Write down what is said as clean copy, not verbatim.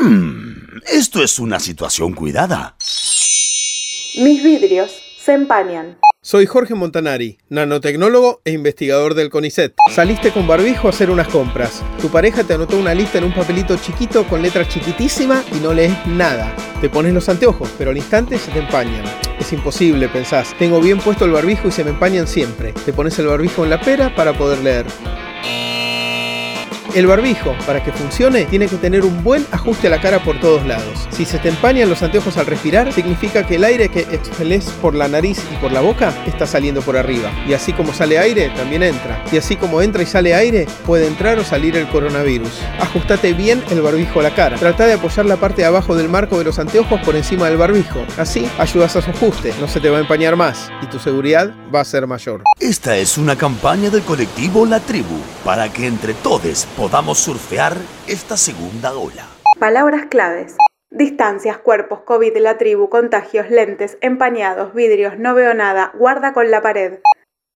Esto es una situación cuidada. Mis vidrios se empañan. Soy Jorge Montanari, nanotecnólogo e investigador del CONICET. Saliste con barbijo a hacer unas compras. Tu pareja te anotó una lista en un papelito chiquito con letra chiquitísima y no lees nada. Te pones los anteojos, pero al instante se te empañan. Es imposible, pensás. Tengo bien puesto el barbijo y se me empañan siempre. Te pones el barbijo en la pera para poder leer. El barbijo, para que funcione, tiene que tener un buen ajuste a la cara por todos lados. Si se te empañan los anteojos al respirar, significa que el aire que expelés por la nariz y por la boca está saliendo por arriba. Y así como sale aire, también entra. Y así como entra y sale aire, puede entrar o salir el coronavirus. Ajustate bien el barbijo a la cara. Trata de apoyar la parte de abajo del marco de los anteojos por encima del barbijo. Así ayudas a su ajuste, no se te va a empañar más y tu seguridad va a ser mayor. Esta es una campaña del colectivo La Tribu para que entre todos podamos surfear esta segunda ola. Palabras claves: distancias, cuerpos, COVID, la tribu, contagios, lentes, empañados, vidrios, no veo nada, guarda con la pared.